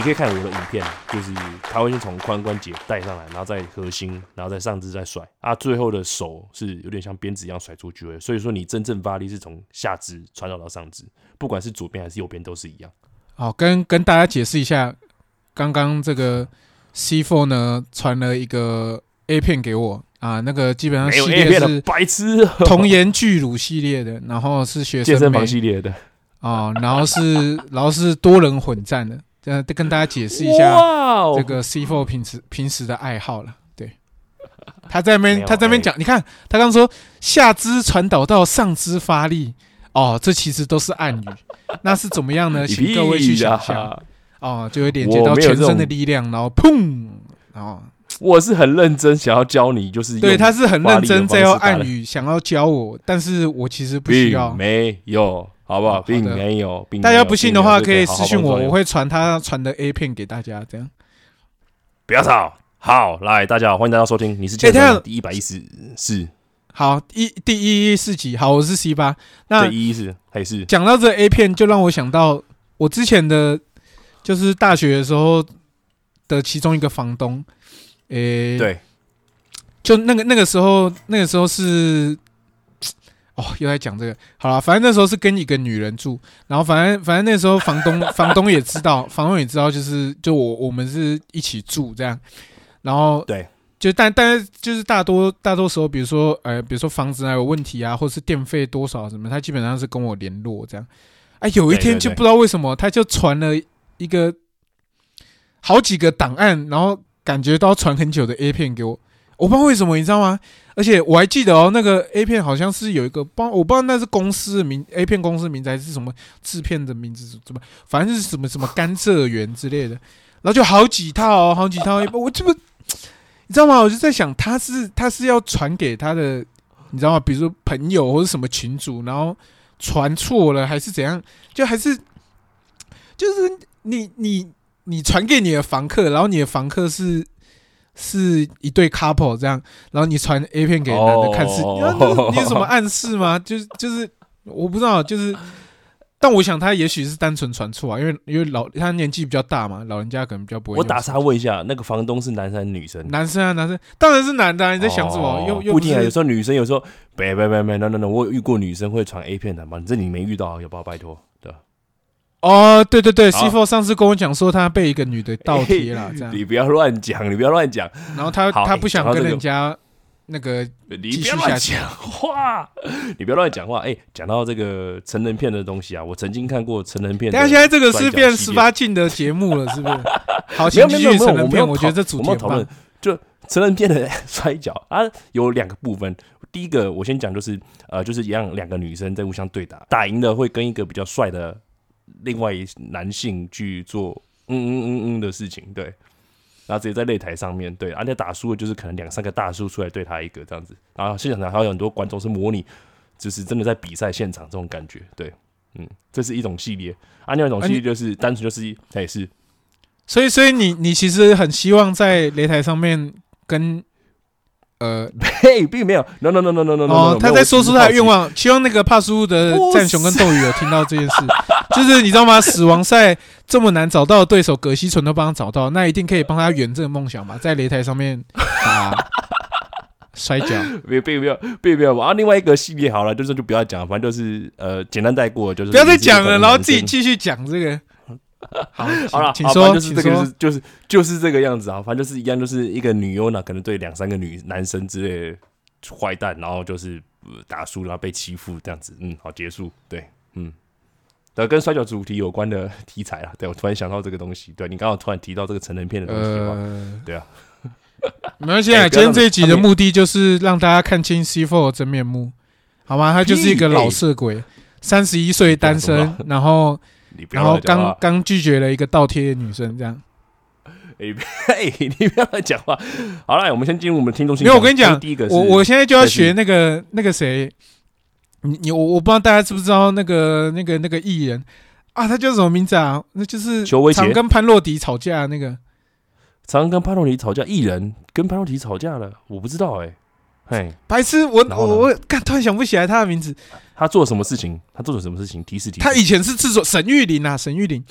可以看我的影片，就是他会先从髋关节带上来，然后再核心，然后再上肢再甩啊，最后的手是有点像鞭子一样甩出去的，所以说你真正发力是从下肢传导到上肢，不管是左边还是右边都是一样。 好，跟大家解释一下，刚刚这个 C4 呢传了一个 A 片给我啊，那个基本上系列是白痴童颜巨乳系列的，然后是学生健身房系列的啊，然后是多人混战的。跟大家解释一下这个 C4 平时的爱好了。对，他在那边讲，你看他刚说下肢传导到上肢发力，哦，这其实都是暗语。那是怎么样呢？请各位去想象。哦，就会连接到全身的力量，然后砰，哦。 我是很认真想要教你，就是对，他是很认真在用暗语想要教我，但是我其实不需要， 没有。好不好？并没有。 大家不信的话，可以私讯我，我会传他传的 A 片给大家。这样， 不要吵。好，来，大家好，欢迎大家收听。你是健身第114。 好，第114集。好，我是 C8。那 114还是讲到这 A 片，就让我想到我之前的，就是大学的时候的其中一个房东。 对， 就那个时候是。哦，又在讲这个，好了，反正那时候是跟一个女人住，然后反正那时候房东也知道，就我们是一起住这样，然后对， 就但是就是大多时候，比如说房子有问题啊，或是电费多少什么，他基本上是跟我联络这样。哎，有一天就不知道为什么，他就传了一个好几个档案，然后感觉都要传很久的 A 片给我，我不知道为什么，你知道吗？而且我还记得那个 A 片好像是有一个我不知道那是公司的名 A 片公司的名字还是什么制片的名字，怎么反正是什么甘蔗园之类的，然后就好几套，我这不你知道吗？我就在想他是要传给他的，你知道吗？比如说朋友或者什么群组，然后传错了还是怎样，就是你传给你的房客，然后你的房客是一对 couple 这样，然后你传 A 片给男的看是，你有什么暗示吗？就是我不知道，就是，但我想他也许是单纯传错啊，因为他年纪比较大嘛，老人家可能比较不会。 我打岔问一下，那个房东是男生还是女生？ 男生啊，当然是男的啊！你在想什么？又不一定啊，有时候女生有时候没 no， 我有遇过女生会传 A 片的嘛？这你没遇到，要不要拜托？对。 哦，对 ，C4 上次跟我讲说他被一个女的倒贴了，这样。 你不要乱讲。 然后他不想跟人家那个继续下去。 你不要乱讲话。讲到这个成人片的东西啊，我曾经看过成人片。 等一下，现在这个是变18禁的节目了，是不是？好，请继续成人片。我觉得这主题很棒。 就成人片的摔跤啊，有2个部分。第一个我先讲就是就是一样2个女生在互相对打，打赢的会跟一个比较帅的另外男性去做的事情，对，然后直接在擂台上面，对，那打输的就是可能2-3个大叔出来对他一个这样子，然后现场还有很多观众是模拟，就是真的在比赛现场这种感觉，对，这是一种系列，另外一种系列就是单纯就是它也是， 所以你其实很希望在擂台上面跟。 并没有 ，no， 他在说出他的愿望，希望那个帕苏的战熊跟斗鱼有听到这件事，就是你知道吗？死亡赛这么难找到的对手，葛西纯都帮他找到，那一定可以帮他圆这个梦想吧，在擂台上面打摔跤。 并没有啊！另外一个系列好了，就不要讲，反正就是简单带过，就是不要再讲了，然后自己继续讲这个。好了，请说， 就是这个就是这个样子啊，反正就是一样，就是一个女优呢，可能对2-3个男生之类的坏蛋，然后就是打输，然后被欺负这样子，好结束，对，跟摔跤主题有关的题材啦，对我突然想到这个东西，对你刚好突然提到这个成人片的东西的话，对啊， 没关系啊，今天这一集的目的就是让大家看清 C4 的真面目，好吗？他就是一个老色鬼，31岁单身，然后刚拒绝了一个倒贴的女生，这样。 你不要乱讲话。好了，我们先进入我们的听众信箱。 因为我跟你讲， 第一个我现在就要学那个谁，我不知道大家知不知道那个艺人啊，他叫什么名字啊？那就是常跟潘若迪吵架那个。 常跟潘若迪吵架，艺人跟潘若迪吵架了，我不知道白痴，我突然想不起来他的名字。 他做了什么事情？提示。 他以前是制作沈玉琳。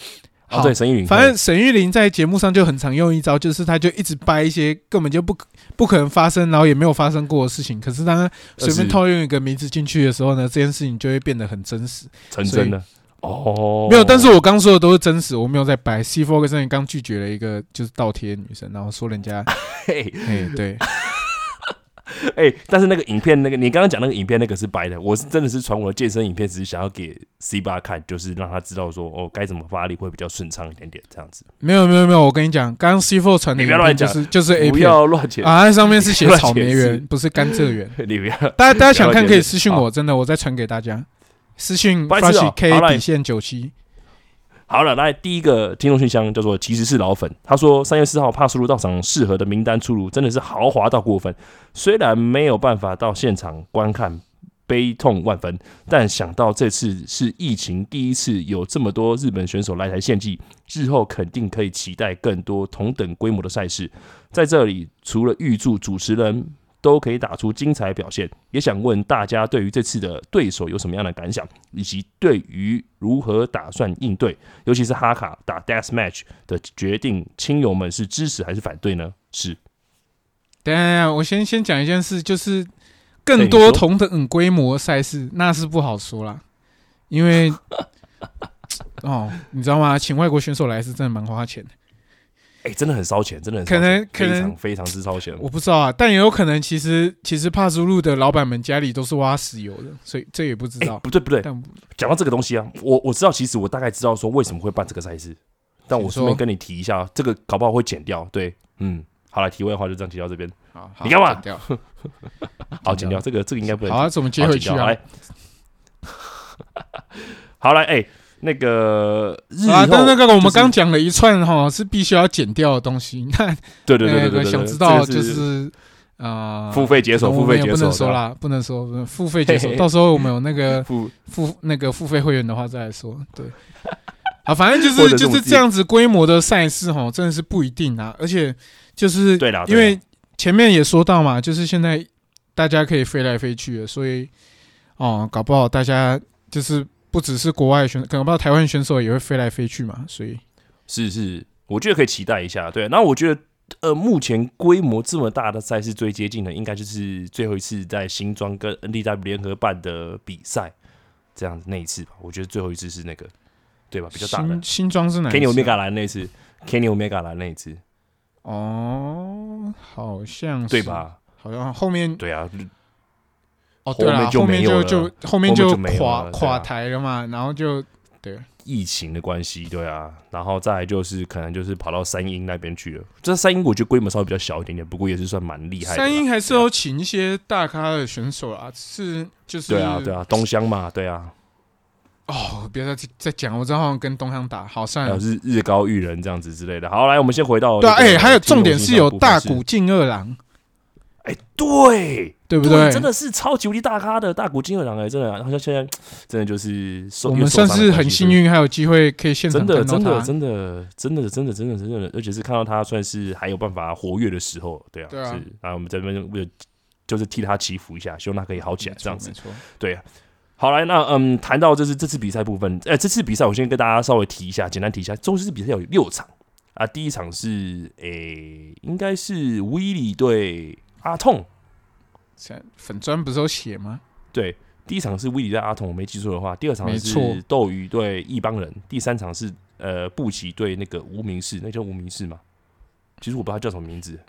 哦，对，沈玉琳， 反正沈玉琳在节目上就很常用一招，就是他就一直掰一些根本就不可能发生，然后也没有发生过的事情。可是当他随便套用一个名字进去的时候呢，这件事情就会变得很真实， 成真的。哦， 没有，但是我刚说的都是真实，我没有在掰。C Ferguson 刚拒绝了一个就是倒贴女生，然后说人家，对。 但是那个影片，你刚刚讲那个影片，那个是白的。我是真的是传我的健身影片，只是想要给 C 爸看，就是让他知道说，该怎么发力会比较顺畅一点点，这样子。 没有，我跟你讲，刚刚 C Four 传的影片就是 A 片， 不要乱讲啊，那上面是写草莓园，不是甘蔗园。 你不要， 大家想看可以私讯我，真的，我再传给大家。私讯 Flash K 底线97。 好了，来第一个听众信箱叫做其实是老粉，他说3月4号帕苏路到场适合的名单出炉，真的是豪华到过分。虽然没有办法到现场观看，悲痛万分，但想到这次是疫情第一次有这么多日本选手来台献技，日后肯定可以期待更多同等规模的赛事。在这里，除了预祝主持人都可以打出精彩表现，也想问大家对于这次的对手有什么样的感想，以及对于如何打算应对，尤其是哈卡打 Deathmatch 的决定，亲友们是支持还是反对呢？是。 等一下，我先讲一件事，就是更多同等规模赛事，那是不好说啦，因为你知道吗？请外国选手来是真的蛮花钱的。 真的很烧钱，真的很烧钱， 可能非常之烧钱。 我不知道啊，但也有可能，其实帕苏路的老板们家里都是挖石油的，所以这也不知道。 不对，讲到这个东西啊，我知道，其实我大概知道说为什么会办这个赛事，但我顺便跟你提一下，这个搞不好会剪掉。对，好了，题外话就这样提到这边。 好， 你干嘛？ 剪掉好，剪掉这个应该不能。 好啊，怎么接回去啊？ 好来，那个但那个我们刚讲了一串是必须要剪掉的东西。那对， 想知道就是付费解锁， 不能说啦，不能说付费解锁，到时候我们有那个付费会员的话再来说。对，反正就是这样子规模的赛事真的是不一定啊，而且就是因为前面也说到嘛，就是现在大家可以飞来飞去的，所以搞不好大家就是不只是国外的选手，搞不好台湾选手也会飞来飞去嘛，所以是，我觉得可以期待一下。对，那我觉得目前规模这么大的赛事最接近的，应该就是最后一次在新庄跟 NDW 联合办的比赛，这样子那一次吧。我觉得最后一次是那个，对吧？比较大的新庄是哪一次？ Kenny Omega 来那一次 ，Kenny Omega 来那一次。 好像是对吧？ 好像后面对啊。 对啦，后面就垮台了嘛，然后就对疫情的关系，对啊，然后再来就是可能就是跑到三鹰那边去了。这三鹰我觉得规模稍微比较小一点点，不过也是算蛮厉害的。 三鹰还是有请一些大咖的选手啊，就是对啊，东乡嘛，对啊。 不要再讲，我知道好像跟东乡打，好算了， 日高玉人这样子之类的。好，来我们先回到对还有重点是有大谷进二郎。 对不对？ 真的是超级无敌大咖的大谷金二郎真的，好像现在真的就是我们算是很幸运，还有机会可以现场看到他。 真的，而且是看到他算是还有办法活跃的时候，对啊，是。然后我们这边就是替他祈福一下，希望他可以好起来，这样子。 没错， 对啊。好来，那谈到这次比赛部分，这次比赛我先跟大家稍微提一下，简单提一下，这次比赛有6场啊，第一场是应该是威利对阿痛， 粉专不是有写吗？ 对，第一场是威利对阿痛，我没记错的话。第二场是斗鱼对一帮人，第三场是布奇对那个无名氏，那叫无名氏吗？其实我不知道他叫什么名字。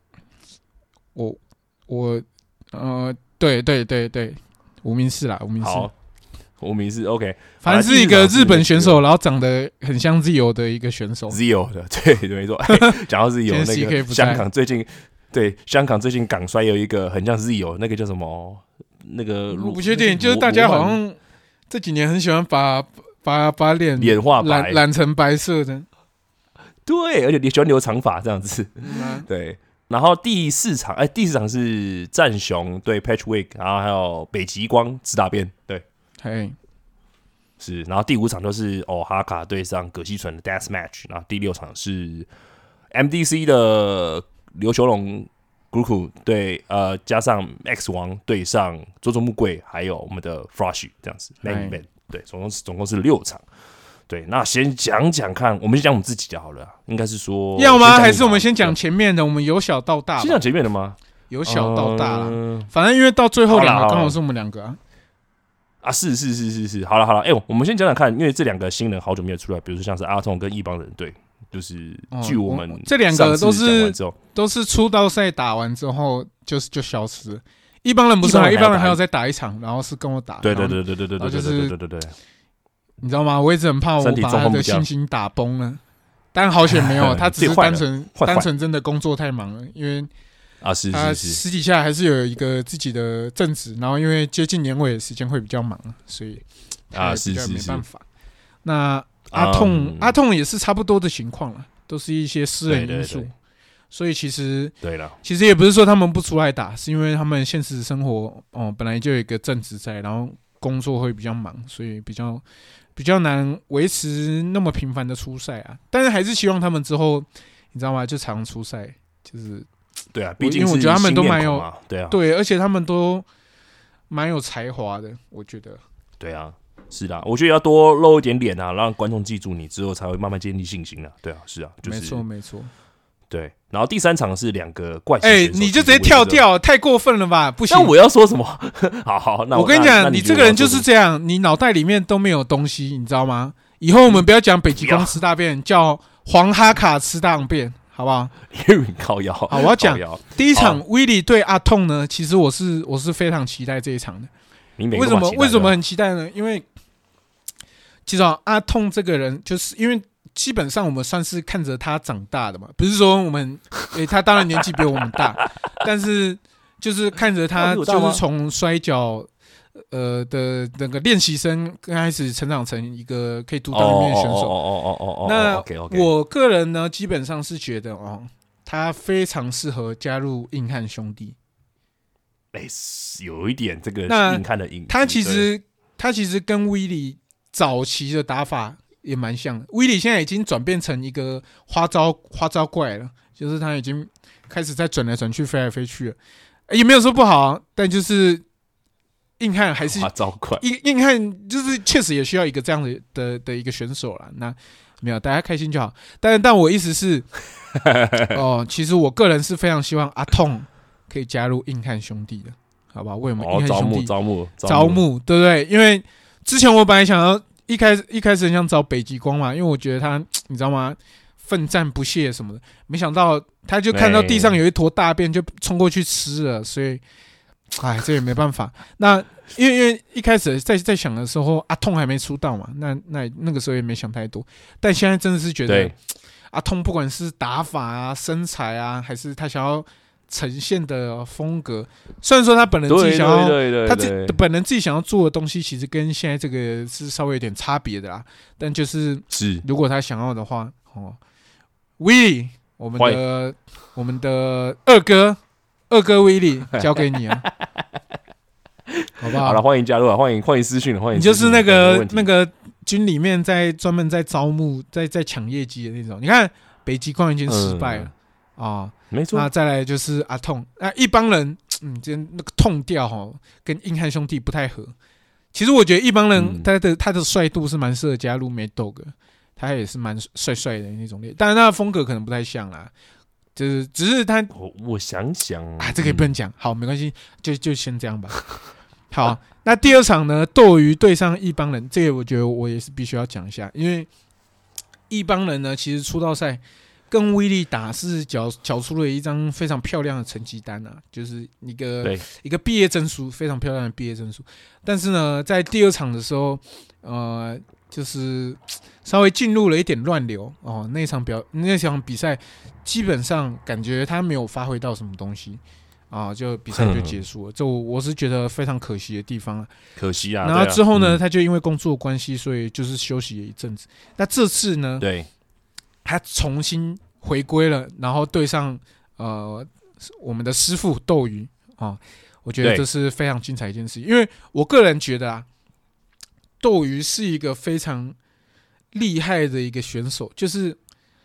对，无名氏啦，无名氏。 好，无名氏 OK， 反正是一个日本选手，然后长得很像 Zio 的一个选手。 Zio 的，对，没错。讲到 Zio 那个香港最近。对，香港最近港摔有一个很像 Zio， 那个叫什么？那个我不确定，就是大家好像这几年很喜欢把脸画白， 染成白色的。 对，而且你喜欢留长发这样子。对，然后第四场是战雄对 Patchwick， 然后还有北极光直达边，对，是，然后第5场都是哈卡对上葛西纯的 Death Match， 然后第6场是 MDC 的刘球龙 Guku 对加上 X 王对上佐佐木贵，还有我们的 Flash 这样子 Main Event， 对，总共是6场。 对，那先讲讲看，我们先讲我们自己就好了。应该是说要吗？还是我们先讲前面的？我们由小到大， 先讲前面的吗？ 由小到大啦，反正因为到最后两个刚好是我们两个啊。 是，好了，我们先讲讲看，因为这两个新人好久没有出来，比如说像是阿痛跟一帮人，对，就是据我们这两个都是出道赛打完之后就消失了。一帮人不是，一帮人还有再打一场，然后是跟我打。 对， 你知道吗？我一直很怕我把他的信心打崩了，但好险没有，他只是单纯真的工作太忙了，因为他私底下还是有一个自己的正职，然后因为接近年尾时间会比较忙，所以比较没办法。那阿痛也是差不多的情况了，都是一些私人因素。所以其实也不是说他们不出来打，是因为他们现实生活本来就有一个正职在，然后工作会比较忙，所以比较难维持那么频繁的出赛啊。但是还是希望他们之后，你知道吗？就常出赛，就是对啊，毕竟因为我觉得他们都蛮有对， 而且他们都蛮有才华的，我觉得。 对啊，是的，我觉得要多露一点脸啊，让观众记住你之后，才会慢慢建立信心啊。对啊，是啊，就是没错。 对，然后第三场是两个怪奇选手， 你就直接跳掉，太过分了吧？不行， 那我要说什么？好，那我跟你讲，你这个人就是这样，你脑袋里面都没有东西，你知道吗？以后我们不要讲北极光吃大便，叫黄哈卡吃大便，好不好？ 靠腰。好， 我要讲第一场威利对阿痛呢，其实我是非常期待这一场的。为什么很期待呢？因为其实阿痛这个人，就是因为。基本上我们算是看着他长大的嘛，不是说我们，他当然年纪比我们大，但是就是看着他就是从摔跤的那个练习生开始成长成一个可以独当一面的选手。那我个人呢，基本上是觉得他非常适合加入硬汉兄弟。 有一点这个硬汉的影子。 他其实跟威利早期的打法。也蛮像的，威利现在已经转变成一个花招怪了，就是他已经开始在转来转去、飞来飞去了，也没有说不好，但就是硬汉还是花招怪， 硬汉就是确实也需要一个这样的一个选手啦。那没有，大家开心就好。但我意思是，其实我个人是非常希望阿痛可以加入硬汉兄弟的，好吧？为我们硬汉兄弟招募，对不对？因为之前我本来想要。一开始很想找北极光嘛，因为我觉得他你知道吗，奋战不懈什么的，没想到他就看到地上有一坨大便就冲过去吃了，所以这也没办法。那因为一开始在想的时候，阿痛还没出道嘛，那个时候也没想太多，但现在真的是觉得阿痛不管是打法啊、身材啊，还是他想要呈现的风格，虽然说他本人自己想要，本人自己想要做的东西，其实跟现在这个是稍微有点差别的啦。但就是如果他想要的话，威利，我们的二哥威利，交给你啊，好不好？ 好了，欢迎加入啊，欢迎私讯，欢迎。 你就是那个军里面专门在招募、在抢业绩的那种。你看北极光已经失败了没错。 那再来就是阿痛，一帮人，今天那个痛调跟硬汉兄弟不太合。其实我觉得一帮人他的帅度是蛮适合加入 Mad Dog， 他也是蛮帅的那种类，当然他的风格可能不太像啦，就是只是他我想这个也不能讲，好没关系，就先这样吧。好，那第二场呢，斗鱼对上一帮人，这个我觉得我也是必须要讲一下，因为一帮人呢，其实出道赛。跟威利打是缴出了一张非常漂亮的成绩单啊，就是一个毕业证书，非常漂亮的毕业证书。但是呢，在第二场的时候，就是稍微进入了一点乱流那场比赛基本上感觉他没有发挥到什么东西就比赛就结束了。这我是觉得非常可惜的地方啊， 可惜啊。 然后之后呢，他就因为工作关系，所以就是休息了一阵子。那这次呢，他重新回归了，然后对上我们的师傅斗鱼我觉得这是非常精彩的一件事，因为我个人觉得斗鱼是一个非常厉害的一个选手，就是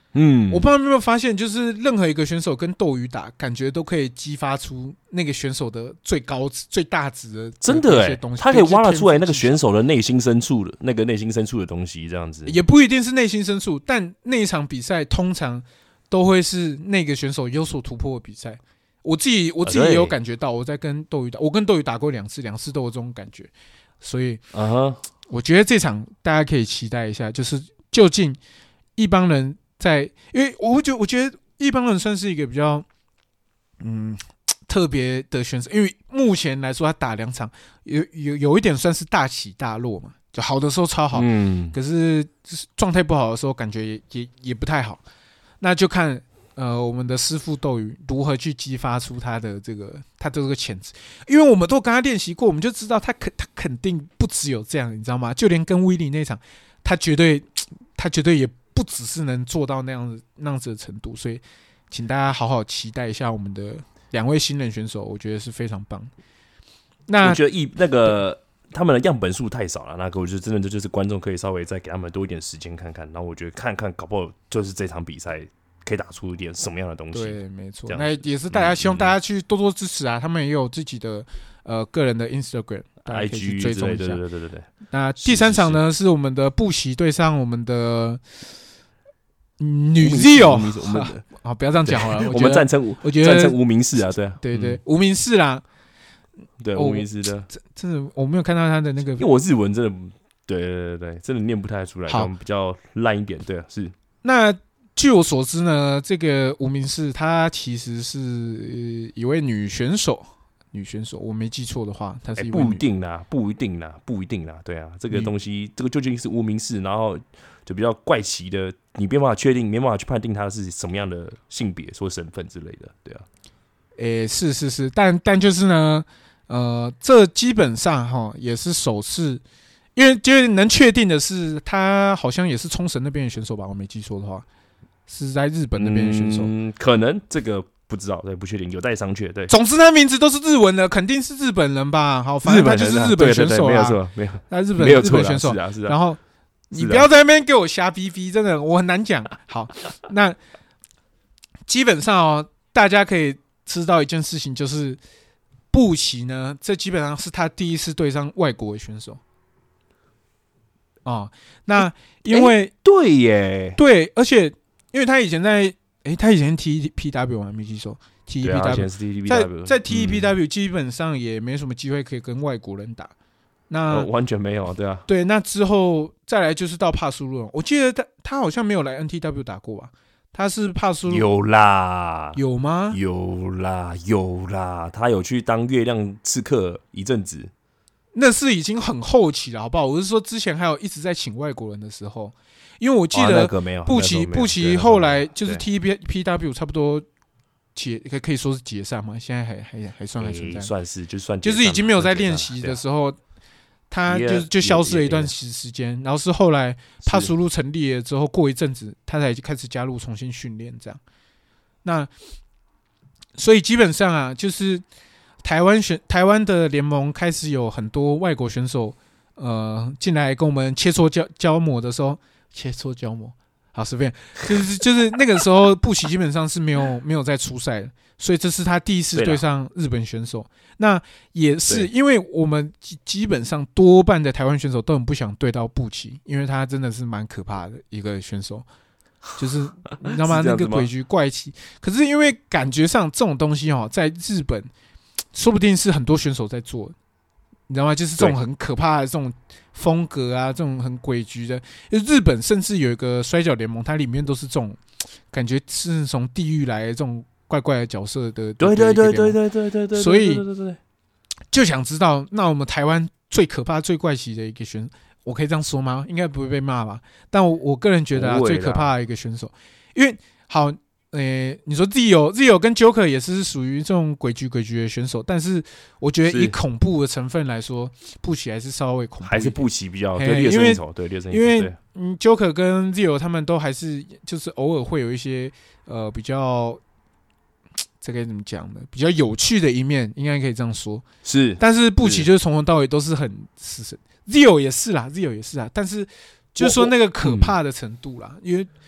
我不知道你有没有发现，就是任何一个选手跟斗鱼打，感觉都可以激发出那个选手的最高值、最大值的真的他可以挖得出来那个选手的内心深处的东西，这样子也不一定是内心深处，但那一场比赛通常都会是那个选手有所突破的比赛。我自己也有感觉到，我在跟斗鱼打，我跟斗鱼打过2次都有这种感觉，所以我觉得这场大家可以期待一下，就是究竟一帮人因为我觉得一帮人算是一个比较特别的选手，因为目前来说他打2场有一点算是大起大落嘛，就好的时候超好，可是状态不好的时候感觉也不太好，那就看我们的师傅斗鱼如何去激发出他的这个潜质，因为我们都跟他练习过，我们就知道他肯定不只有这样，你知道吗？就连跟威利那场，他绝对也不只是能做到那样子的程度，所以请大家好好期待一下我们的2位新人选手，我觉得是非常棒。那我觉得他们的样本数太少了，那个我觉得真的就是观众可以稍微再给他们多一点时间看看，然后我觉得看看搞不好就是这场比赛可以打出一点什么样的东西。 对，没错。那也是希望大家去多多支持啊，他们也有自己的个人的 Instagram。大家可以去追踪一下。 对。 那第3场呢是我们的布席对上我们的女 Zio， 好，不要这样讲好了。 我们战称无名氏啊，对啊， 对，无名氏啦， 对，无名氏的， 真的我没有看到他的那个， 因为我日文真的，对，真的念不太出来，好，比较烂一点，对啊，是。 那据我所知呢，这个无名氏她其实是一位女选手，我没记错的话，她是一位不一定啦，对啊，这个东西，这个究竟是无名氏，然后就比较怪奇的，你没办法确定，没办法去判定他是什么样的性别或身份之类的，对啊。 是，但就是呢，这基本上也是首次，因为就能确定的是，他好像也是冲绳那边的选手吧，我没记错的话，是在日本那边的选手， 可能这个不知道，对，不确定，有待商榷，对。 总之，他名字都是日文的，肯定是日本人吧？好，反正他就是日本选手啊，没有错，没有， 他日本选手， 是啊。 然后你不要在那边给我瞎逼逼，真的我很难讲。好，那基本上大家可以知道一件事情，就是布奇呢，这基本上是他第一次对上外国的选手。那因为对耶， 对，而且因为他以前他以前 TPW 还没记错 ，TPW 在 TPW 基本上也没什么机会可以跟外国人打，那完全没有，对啊， 对，那之后再来就是到帕苏路，我记得他好像没有来 NTW 打过吧？他是帕苏路有啦， 有吗？ 有啦，他有去当月亮刺客一阵子。 那是已经很后期了，好不好？我是说之前还有一直在请外国人的时候，因为我记得布奇后来就是 TPW 差不多可以说是解散嘛，现在还算还存在， 算是就是已经没有在练习的时候，他就消失了一段时间，然后是后来帕苏路成立了之后，过一阵子他才开始加入重新训练这样。那所以基本上啊，就是台湾的联盟开始有很多外国选手进来跟我们切磋胶膜的时候，切磋胶膜好随便，就是那个时候布奇基本上是没有在出赛的，所以这是他第一次对上日本选手。那也是因为我们基本上多半的台湾选手都很不想对到布奇，因为他真的是蛮可怕的一个选手，就是你知道吗？那个诡谲怪气。可是因为感觉上这种东西在日本说不定是很多选手在做的，你知道吗？就是这种很可怕的这种风格啊，这种很诡谲的。日本甚至有一个摔角联盟，它里面都是这种感觉是从地狱来的这种怪怪的角色的。对，所以就想知道，那我们台湾最可怕、最怪奇的一个选手，我可以这样说吗？应该不会被骂吧？但我个人觉得最可怕的一个选手，因为好。你说 Zio 跟 Joker 也是属于这种诡谲的选手，但是我觉得以恐怖的成分来说，布奇还是稍微恐怖一点， 还是布奇比较略胜一筹，对，略胜一筹。 因为Joker 跟 Zio 他们都还是就是偶尔会有一些比较这该怎么讲呢？比较有趣的一面，应该可以这样说。 是， 但是布奇就是从头到尾都是很死神 ，Zio 也是啦，但是就是说那个可怕的程度啦，因为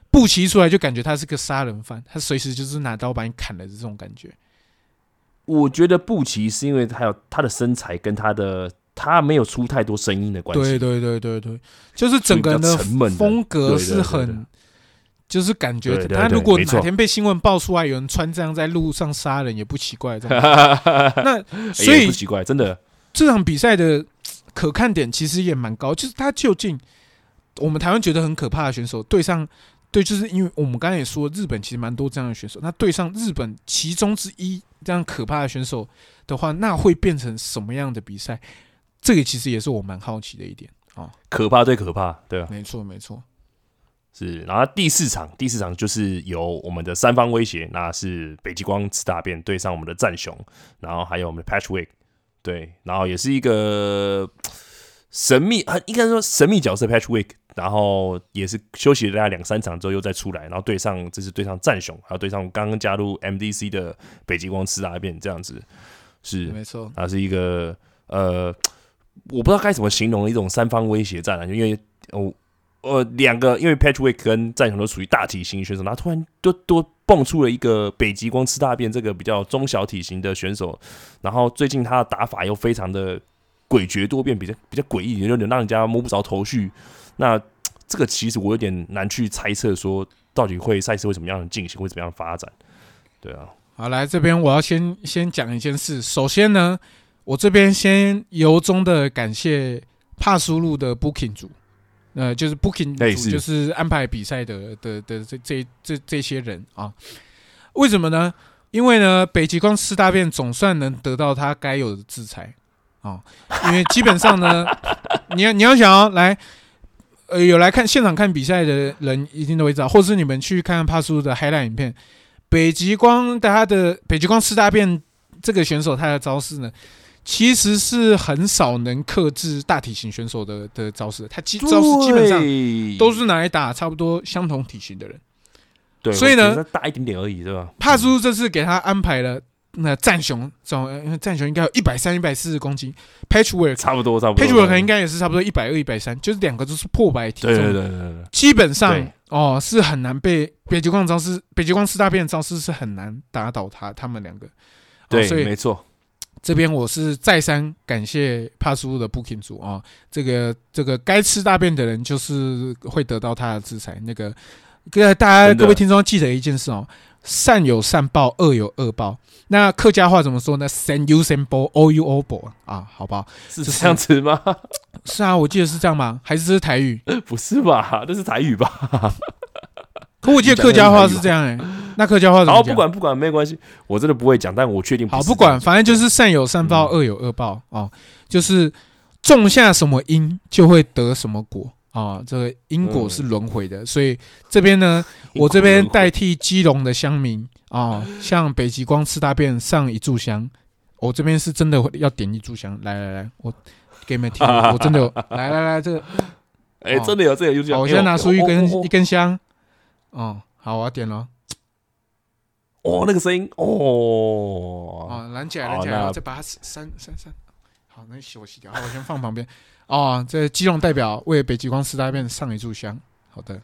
步骑出来就感觉他是个杀人犯，他随时就是拿刀把你砍了的这种感觉。 我觉得步骑是因为还有他的身材跟他没有出太多声音的关系。 对，就是整个人的风格是很，就是感觉他如果哪天被新闻爆出来有人穿这样在路上杀人也不奇怪，那所以也不奇怪，真的这场比赛的可看点其实也蛮高，就是他究竟我们台湾觉得很可怕的选手对上。对，就是因为我们刚才也说，日本其实蛮多这样的选手。那对上日本其中之一这样可怕的选手的话，那会变成什么样的比赛？这个其实也是我蛮好奇的一点啊。 可怕对可怕，对啊， 没错。 是，然后第四场就是由我们的三方威胁，那是北极光吃大便对上我们的战熊，然后还有我们的 Patchwick， 对，然后也是一个神秘，应该说神秘角色 Patchwick。然后也是休息了大概2-3场之后又再出来，然后这次对上战熊，还有对上刚刚加入 MDC 的北极光吃大便这样子，是没错， 它是一个我不知道该怎么形容的一种三方威胁战因为两个因为 Patchwick 跟战熊都属于大体型选手，然后突然多蹦出了一个北极光吃大便这个比较中小体型的选手，然后最近他的打法又非常的诡谲多变，比较诡异，有点让人家摸不着头绪。那这个其实我有点难去猜测，说到底赛事会怎么样的进行，会怎么样的发展？对啊， 好，来这边我要先讲一件事。首先呢，我这边先由衷的感谢帕苏路的 Booking 组，就是 Booking 组就是安排比赛的这些人啊。为什么呢？因为呢，北极光吃大便总算能得到他该有的制裁啊。因为基本上呢，你要想来。有来看现场看比赛的人一定都会知道，或是你们去看看帕苏的 highlight 影片，北极光吃大便这个选手他的招式呢，其实是很少能克制大体型选手的招式，他招式基本上都是拿来打差不多相同体型的人。 对， 所以呢， 大一点点而已，对吧？ 帕苏这次给他安排了。那战熊，战熊应该有130、140公斤 ，Patchwork 差不多 ，Patchwork 应该也是差不多120、130，就是两个都是破百体重， 对， 基本上是很难被北极光吃大便的招式是很难打倒他们两个， 对， 所以没错。 这边我是再三感谢帕苏的 Booking 组啊，这个该吃大便的人就是会得到他的制裁。那个各位听众记得一件事善有善报，恶有恶报。那客家话怎么说呢？善有善报，恶有恶报啊，好不好？ 是这样子吗？ 是啊，我记得是这样吗？还是这是台语？ 不是吧？这是台语吧？ 可我记得客家话是这样那客家话怎么讲？ 好，不管，没关系，我真的不会讲，但我确定不是。 好，不管，反正就是善有善报，恶有恶报就是种下什么因就会得什么果。这个因果是轮回的，所以这边呢，我这边代替基隆的乡民向北极光吃大便上一炷香，我这边是真的要点一炷香，来，我给你们听，我真的有，来，这个， 真的有这个炷香， 我现在拿出一根香，好，我要点了， 那个声音， 燃起来，然后再把它删。好，那我洗掉。好，我先放旁边。这基隆代表为北极光吃大便上一炷香。好的。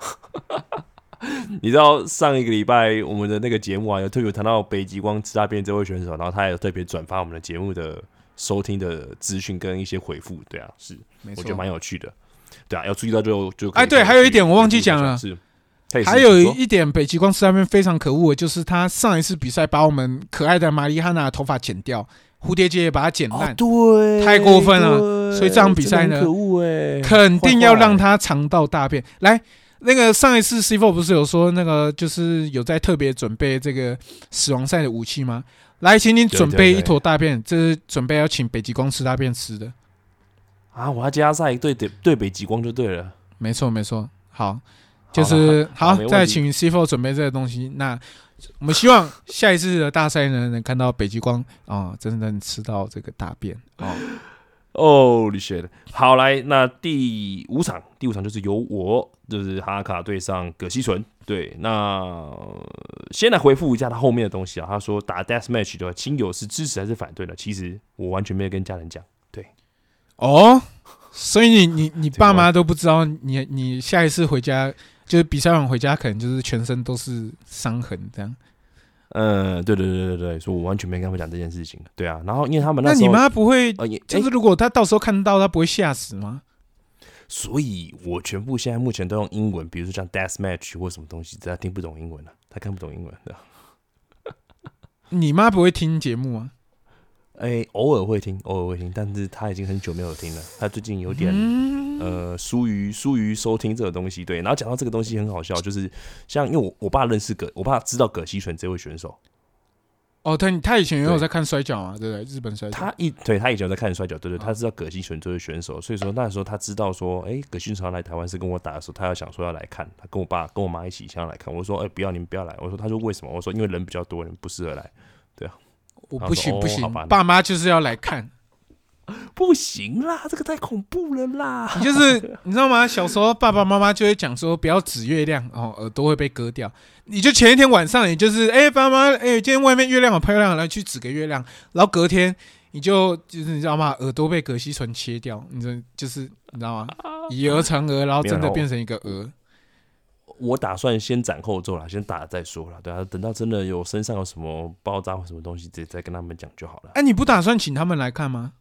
你知道上一个礼拜我们的那个节目有特别谈到北极光吃大便这位选手，然后他也有特别转发我们的节目的收听的资讯跟一些回复。对啊，是，我觉得蛮有趣的。对啊，要注意到就对，还有一点我忘记讲了。是。还有一点，北极光吃大便非常可恶的，就是他上一次比赛把我们可爱的玛丽哈娜的头发剪掉。蝴蝶结也把它剪烂， 对， 太过分了。所以这场比赛呢，肯定要让他尝到大便。来，那个上一次 C4 不是有说那个就是有在特别准备这个死亡赛的武器吗？来，请你准备一坨大便，这是准备要请北极光吃大便吃的。 我要加赛对北极光就对了。 没错，好，就是好，再请 C4 准备这个东西。那我们希望下一次的大赛呢，能看到北极光真正吃到这个大便 Holy shit！ 好，来，那第五场就是由我，就是哈卡对上葛西纯。对，那先来回复一下他后面的东西他说打 deathmatch 的亲友是支持还是反对的？其实我完全没有跟家人讲。对， 所以你爸妈都不知道你下一次回家就是比赛完回家可能就是全身都是伤痕这样。 对，所以我完全没跟他们讲这件事情。对啊，然后因为他们那时候， 那你妈不会，就是如果她到时候看到，她不会吓死吗？ 所以我全部现在目前都用英文，比如说像 deathmatch 或什么东西，只要听不懂英文他看不懂英文的。 你妈不会听节目吗？ 偶尔会听，但是他已经很久没有听了。他最近有点疏于收听这个东西。对，然后讲到这个东西很好笑，就是像因为我爸我爸知道葛西纯这位选手。 哦，他以前也有在看摔跤嘛，对不对？日本摔跤。他以前有在看摔跤，对，他知道葛西纯这位选手，所以说那时候他知道说，葛西纯来台湾是跟我打的时候，他要想说要来看，他跟我爸跟我妈一起想要来看。我说，不要，你们不要来。他说为什么？我说因为人比较多，你们不适合来。对啊， 我不行，爸妈就是要来看。 不行啦，这个太恐怖了啦！ 你知道吗？小时候爸爸妈妈就会讲说，不要指月亮哦，耳朵会被割掉。你就前一天晚上，你就是爸妈今天外面月亮好漂亮，来去指个月亮，然后隔天就是你知道吗？耳朵被葛西纯切掉，就是你知道吗？以讹传讹，然后真的变成一个鹅。 我打算先斩后奏啦，先打了再说啦。对啊，等到真的身上有什么爆炸或什么东西，再跟他们讲就好了。 你不打算请他们来看吗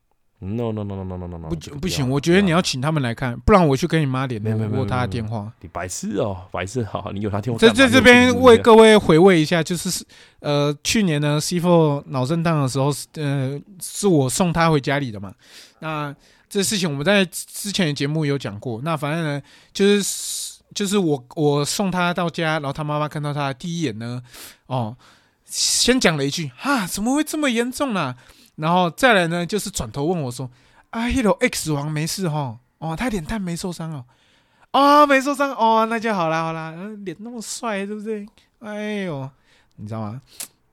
？No， 不行，我觉得你要请他们来看，不然我去跟你妈联络，我他的电话。 你白痴哦，好，你有他电话。 在这边为各位回味一下，就是去年呢 C4 脑震荡的时候，是我送他回家里的嘛。那这事情我们在之前的节目有讲过。那反正呢，就是我送他到家，然后他妈妈看到他的第一眼呢，先讲了一句怎么会这么严重啦？然后再来呢，就是转头问我说：“X 王没事齁？他脸蛋没受伤哦？没受伤哦，那就好啦，脸那么帅，对不对？哎呦，你知道吗？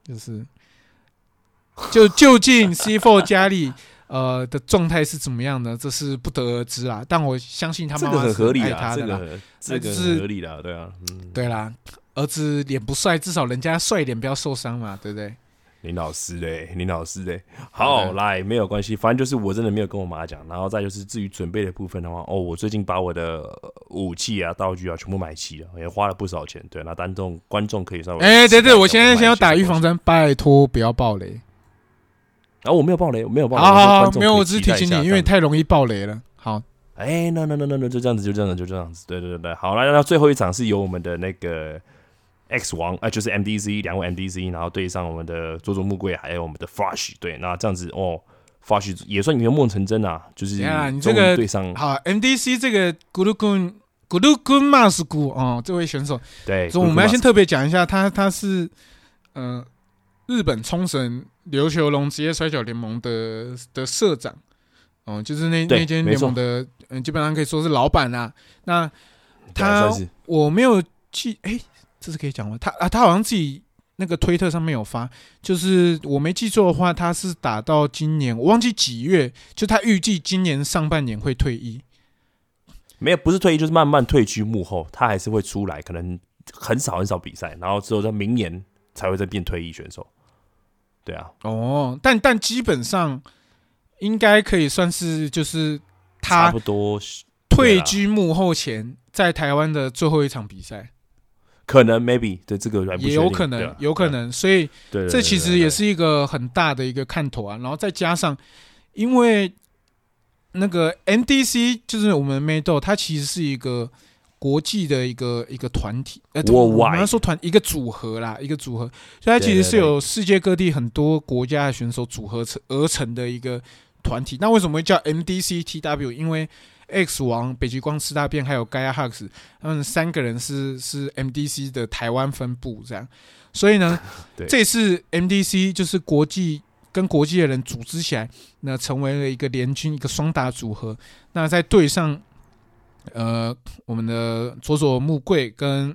究竟 C4 家里的状态是怎么样的，这是不得而知啦。但我相信他妈妈是爱他的啦， 这个很合理啦，对啊， 对啦，儿子脸不帅，至少人家帅一点，不要受伤嘛，对不对？” 林老师嘞，好，来，没有关系，反正就是我真的没有跟我妈讲，然后再就是至于准备的部分的话，我最近把我的武器啊、道具啊全部买齐了，也花了不少钱，对，那观众可以稍微， 对，我现在要打预防针，拜托不要爆雷。 我没有爆雷，好， 没有，我只是提醒你，因为太容易爆雷了。好， 那就这样子，对，好，来，那最后一场是由我们的那个。X 王就是 MDC 两位 MDC， 然后对上我们的佐佐木贵还有我们的 Flash， 对，那这样子Flash 也算圆梦成真啊，就是你这个对上好 MDC 这个古鲁根马斯古这位选手， 对， 所以我们要先特别讲一下，他是日本冲绳琉球龙职业摔角联盟的社长就是那间联盟的基本上可以说是老板啦。那我没有记这是可以讲吗？他好像自己那个推特上面有发，就是我没记错的话，他是打到今年，我忘记几月，就他预计今年上半年会退役。 没有，不是退役，就是慢慢退居幕后，他还是会出来，可能很少比赛，然后之后在明年才会再变退役选手。对啊， 但基本上应该可以算是就是他差不多退居幕后前在台湾的最后一场比赛。 可能 maybe 对这个也有可能，所以这其实也是一个很大的一个看头啊。然后再加上，因为那个 MDC 就是我们 Mado， 它其实是一个国际的一个团体，我们要说一个组合啦，一个组合，所以它其实是有世界各地很多国家的选手组合而成的一个团体。那为什么会叫 MDCTW？ 因为X 王、北极光吃大便还有 Gaia Hux， 他们3个人是 MDC 的台湾分部这样，所以呢，这次 MDC 就是国际的人组织起来，那成为了一个联军，一个双打组合。那在对上我们的佐佐木贵跟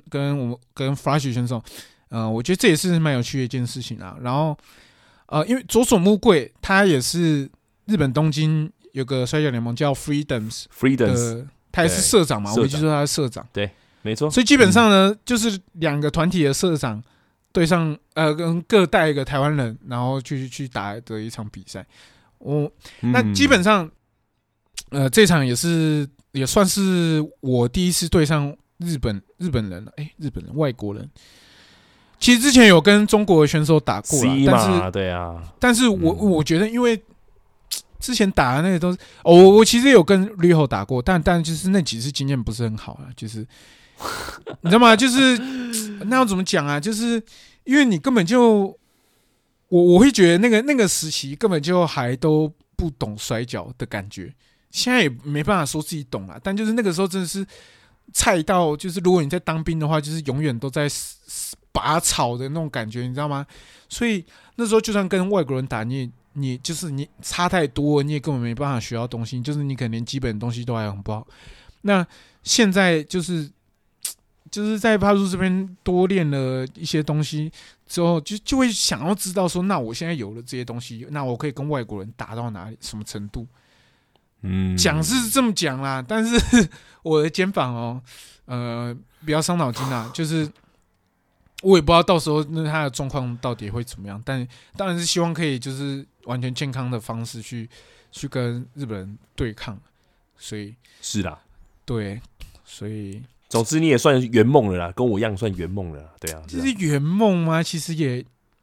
Flash 选手，我觉得这也是蛮有趣的一件事情啊。然后因为佐佐木贵他也是日本东京有个摔跤联盟叫 Freedoms， 他也是社长嘛，我没记错他是社长， 对，没错。 所以基本上呢，就是2个团体的社长对上跟各带一个台湾人，然后去打的一场比赛。那基本上这场也算是我第一次对上日本人，日本人外国人，其实之前有跟中国的选手打过啦，但是对啊， 但是我觉得因为之前打的那个都是，我其实有跟绿后打过，但就是那几次经验不是很好啦，就是你知道吗？就是那要怎么讲啊？就是因为你根本就我会觉得那个时期根本就还都不懂摔跤的感觉，现在也没办法说自己懂啦，但就是那个时候真的是菜到，就是如果你在当兵的话，就是永远都在拔草的那种感觉，你知道吗？所以那时候就算跟外国人打，你就是你差太多，你也根本没办法学到东西，就是你可能连基本的东西都还很不好。那现在就是在帕叔这边多练了一些东西之后，就会想要知道说，那我现在有了这些东西，那我可以跟外国人打到哪里，什么程度？讲是这么讲啦，但是我的肩膀比较伤脑筋啦，就是我也不知道到时候那他的状况到底会怎么样，但当然是希望可以就是完全健康的方式去跟日本人对抗，所以是啦， 对，所以总之你也算圆梦了啦，跟我一样算圆梦了啦，对啊， 这是圆梦吗？其实也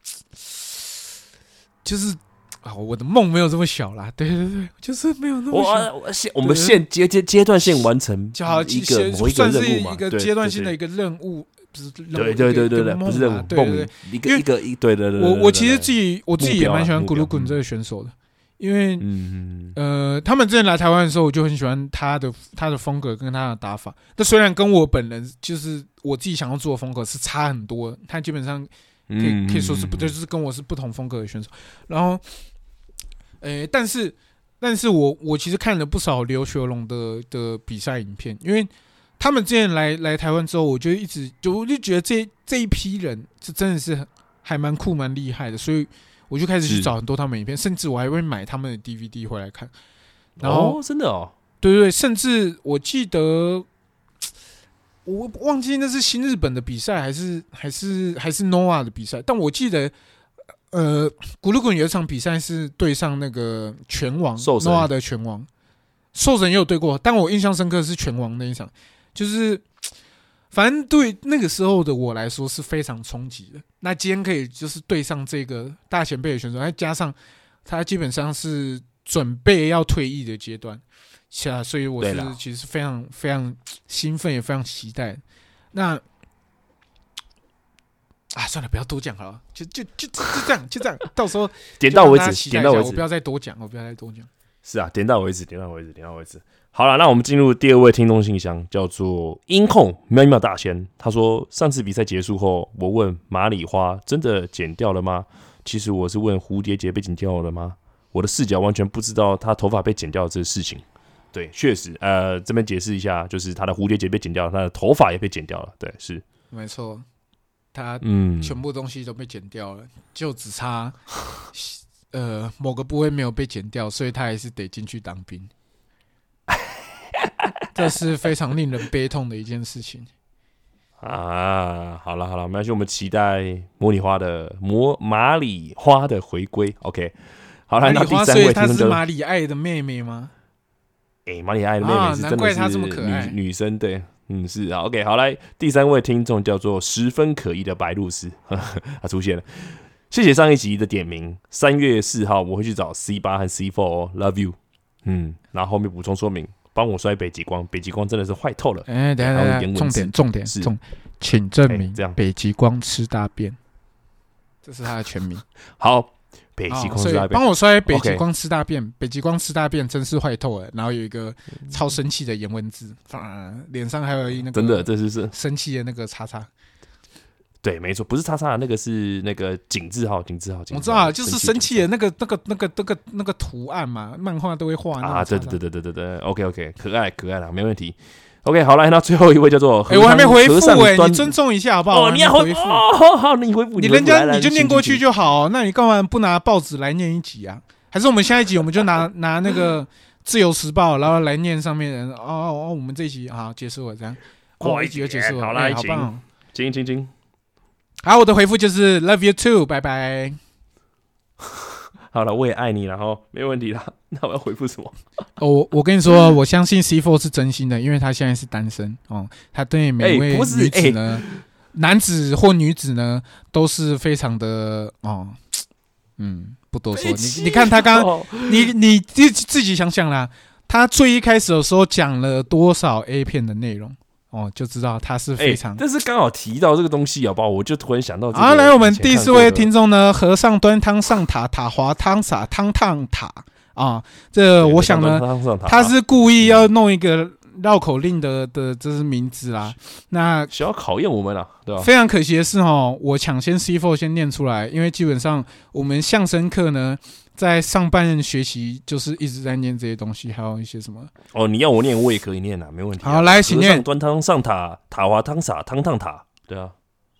就是我的梦没有这么小啦，对，就是没有那么小。 我们阶段性完成某一个算是任务嘛， 一个阶段性的一个任务。不是对，不是任务， 对， 一个对， 我其实我自己也蛮喜欢咕噜滚这个选手的，因为他们之前来台湾的时候，我就很喜欢他的风格跟他的打法。但虽然跟我本人就是我自己想要做的风格是差很多，他基本上可以说是不对，就是跟我是不同风格的选手。然后，但是我其实看了不少刘学龙的比赛影片，因为他们之前来台湾之后，我就觉得这一批人是真的是还蛮酷蛮厉害的，所以我就开始去找很多他们影片，甚至我还会买他们的 DVD 回来看。然后真的哦， 对，甚至我记得我忘记那是新日本的比赛还是 Noah 的比赛，但我记得咕噜滚有一场比赛是对上那个拳王 Noah 的拳王，兽神也有对过，但我印象深刻是拳王那一场。就是反正对那个时候的我来说是非常冲击的。那今天可以就是对上这个大前辈的选手，再加上他基本上是准备要退役的阶段，所以我是其实非常非常兴奋，也非常期待。那算了，不要多讲好了，就这样，到时候点到为止， 我不要再多讲， 是啊，点到为止。好了，那我们进入第二位听众信箱，叫做音控喵喵大仙。他说，上次比赛结束后，我问马里花真的剪掉了吗？其实我是问蝴蝶结被剪掉了吗？我的视角完全不知道他头发被剪掉的这个事情。对，确实，这边解释一下，就是他的蝴蝶结被剪掉了，他的头发也被剪掉了。对，是没错，他全部东西都被剪掉了，就只差某个部位没有被剪掉，所以他还是得进去当兵。这是非常令人悲痛的一件事情啊！好了，没关系，我们期待马里花的回归。OK， 好了，那第三位听众，所以她是马里爱的妹妹吗？ 马里爱的妹妹是真的是女生，对，是啊。OK， 好，来第三位听众叫做十分可疑的白露丝，他出现了。谢谢上一集的点名。3月4号我会去找 C8 和 C4 哦 ，Love you。然后后面补充说明。帮我摔北极光，北极光真的是坏透了。 等一下，重点，请证明北极光吃大便，这是他的全名。 好，北极光吃大便， 帮我摔北极光吃大便，北极光吃大便真是坏透了。然后有一个超生气的颜文字，脸上还有那个真的，这是生气的那个叉叉。 对，没错，不是叉叉，那个是那个井字号。 我知道，就是生气的那个图案嘛，漫画都会画那个。 对 ，OK， 可爱啦，没问题。OK， 好了，那最后一位叫做我还没回复你尊重一下好不好？ 你要回复好，你回复， 人家你就念过去就好，那你干嘛不拿报纸来念一集啊？还是我们下一集我们就拿那个自由时报，然后来念上面的我们这一集好结束了，这样一集就结束了， 好啦， 好棒， 请。 好，我的回复就是 Love you too， 拜拜。 好了，我也爱你，然后没问题啦。 那我要回复什么？ 我跟你说，我相信 C4 是真心的，因为他现在是单身哦。他对每位女子呢，男子或女子呢，都是非常的哦，不多说。你看他刚，你自己想想啦，他最一开始的时候讲了多少 A 片的内容哦，就知道他是非常。 但是刚好提到这个东西，好不好？我就突然想到好，来我们第4位听众呢，和尚端汤上塔，塔滑汤洒汤烫塔。这我想呢，他是故意要弄一个绕口令的这是名字啦。那想要考验我们啦，对吧？ 非常可惜的是我抢先 C4 先念出来，因为基本上我们相声课呢，在上半学期就是一直在念这些东西，还有一些什么。 你要我念我也可以念啊，没问题。 好，来，请念。 和尚端汤上塔，塔滑汤洒汤烫塔，对啊。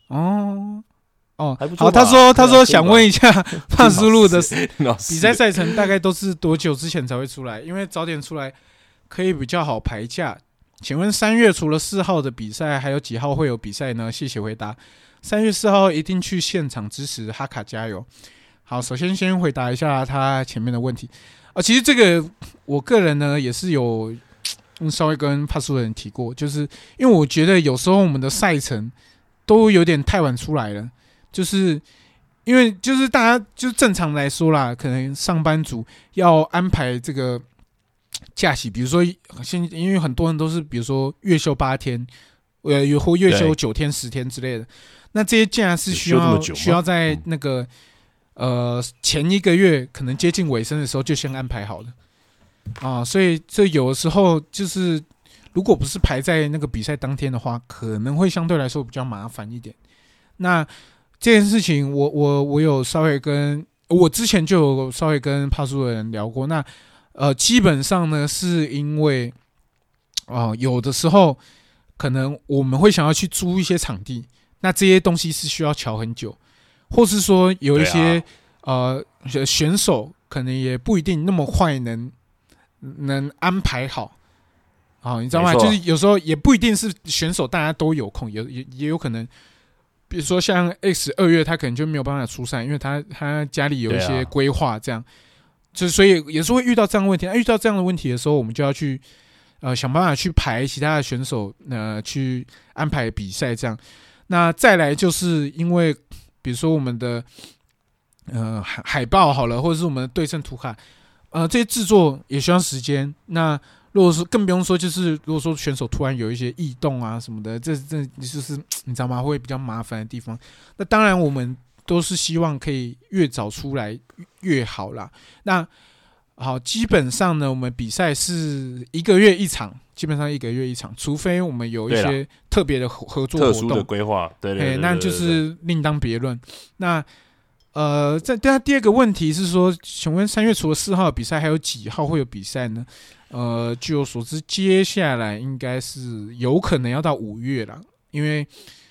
好，他说想问一下帕苏路的比赛赛程大概都是多久之前才会出来？因为早点出来可以比较好排假。请问3月除了4号的比赛，还有几号会有比赛呢？谢谢回答。3月4号一定去现场支持哈卡加油。好，首先回答一下他前面的问题。其实这个我个人呢也是有稍微跟帕苏的人提过，就是因为我觉得有时候我们的赛程都有点太晚出来了。就是因为就是大家就正常来说啦，可能上班族要安排这个假期，比如说因为很多人都是比如说月休8天，或月休9天、10天之类的，那这些假是需要在那个前1个月可能接近尾声的时候就先安排好的所以这有的时候就是如果不是排在那个比赛当天的话，可能会相对来说比较麻烦一点。那这件事情我有稍微我之前就有稍微跟帕苏的人聊过。那基本上呢，是因为有的时候可能我们会想要去租一些场地，那这些东西是需要瞧很久，或是说有一些选手可能也不一定那么快能安排好你知道吗？就是有时候也不一定是选手大家都有空，也有可能。比如说像 X 2月他可能就没有办法出赛，因为他家里有一些规划，这样，所以也是会遇到这样的问题。遇到这样的问题的时候，我们就要去想办法去排其他的选手去安排比赛这样。那再来就是因为比如说我们的海报好了，或者是我们的对称图卡，这些制作也需要时间。那如果说更不用说，就是如果说选手突然有一些异动啊什么的，这就是你知道吗？会比较麻烦的地方。那当然我们都是希望可以越早出来越好啦。那好，基本上呢，我们比赛是1个月1场，基本上1个月1场，除非我们有一些特别的合作活动、 特殊的规划，对， 那就是另当别论。那在第二个问题是说，请问3月除了4号的比赛，还有几号会有比赛呢？据我所知，接下来应该是有可能要到5月啦，因为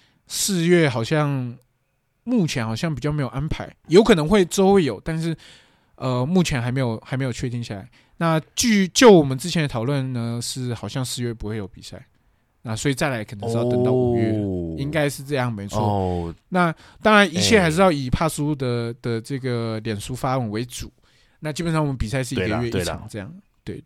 4月目前好像比较没有安排，有可能会周会有，但是目前还没有确定下来。那就我们之前的讨论呢，是好像4月不会有比赛，那所以再来可能是要等到5月，应该是这样没错。那当然一切还是要以帕苏的这个脸书发文为主。那基本上我们比赛是1个月1场这样。对。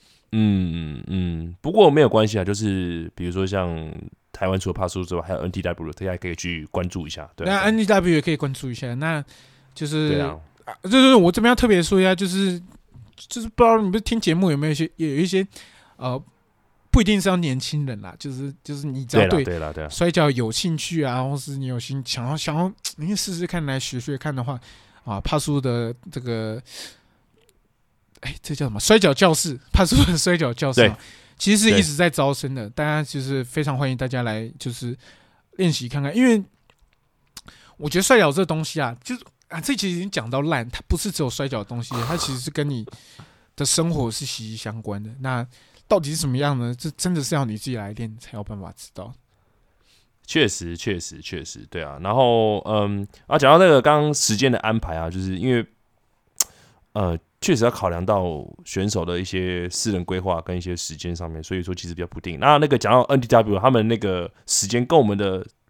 不过没有关系啊，就是比如说像台湾除了帕苏之外，还有 NTW， 大家可以去关注一下。对， 那 NTW 也可以关注一下。那就是就是我这边要特别说一下，就是不知道你不是听节目有没有一些不一定是要年轻人啦，就是你只要对摔跤有兴趣啊，或是你有想要你试试看来学看的话帕苏的这个。这叫什么？摔跤教室，帕苏的摔跤教室其实是一直在招生的，大家就是非常欢迎大家来，就是练习看看。因为我觉得摔跤这东西就是这其实已经讲到烂，它不是只有摔跤的东西，它其实是跟你的生活是息息相关的。那到底是什么样呢？这真的是要你自己来练才有办法知道。 确实，对啊。然后讲到那个刚刚时间的安排就是因为确实要考量到选手的一些私人规划跟一些时间上面，所以说其实比较不定。那个讲到 NTW 他们那个时间跟我们的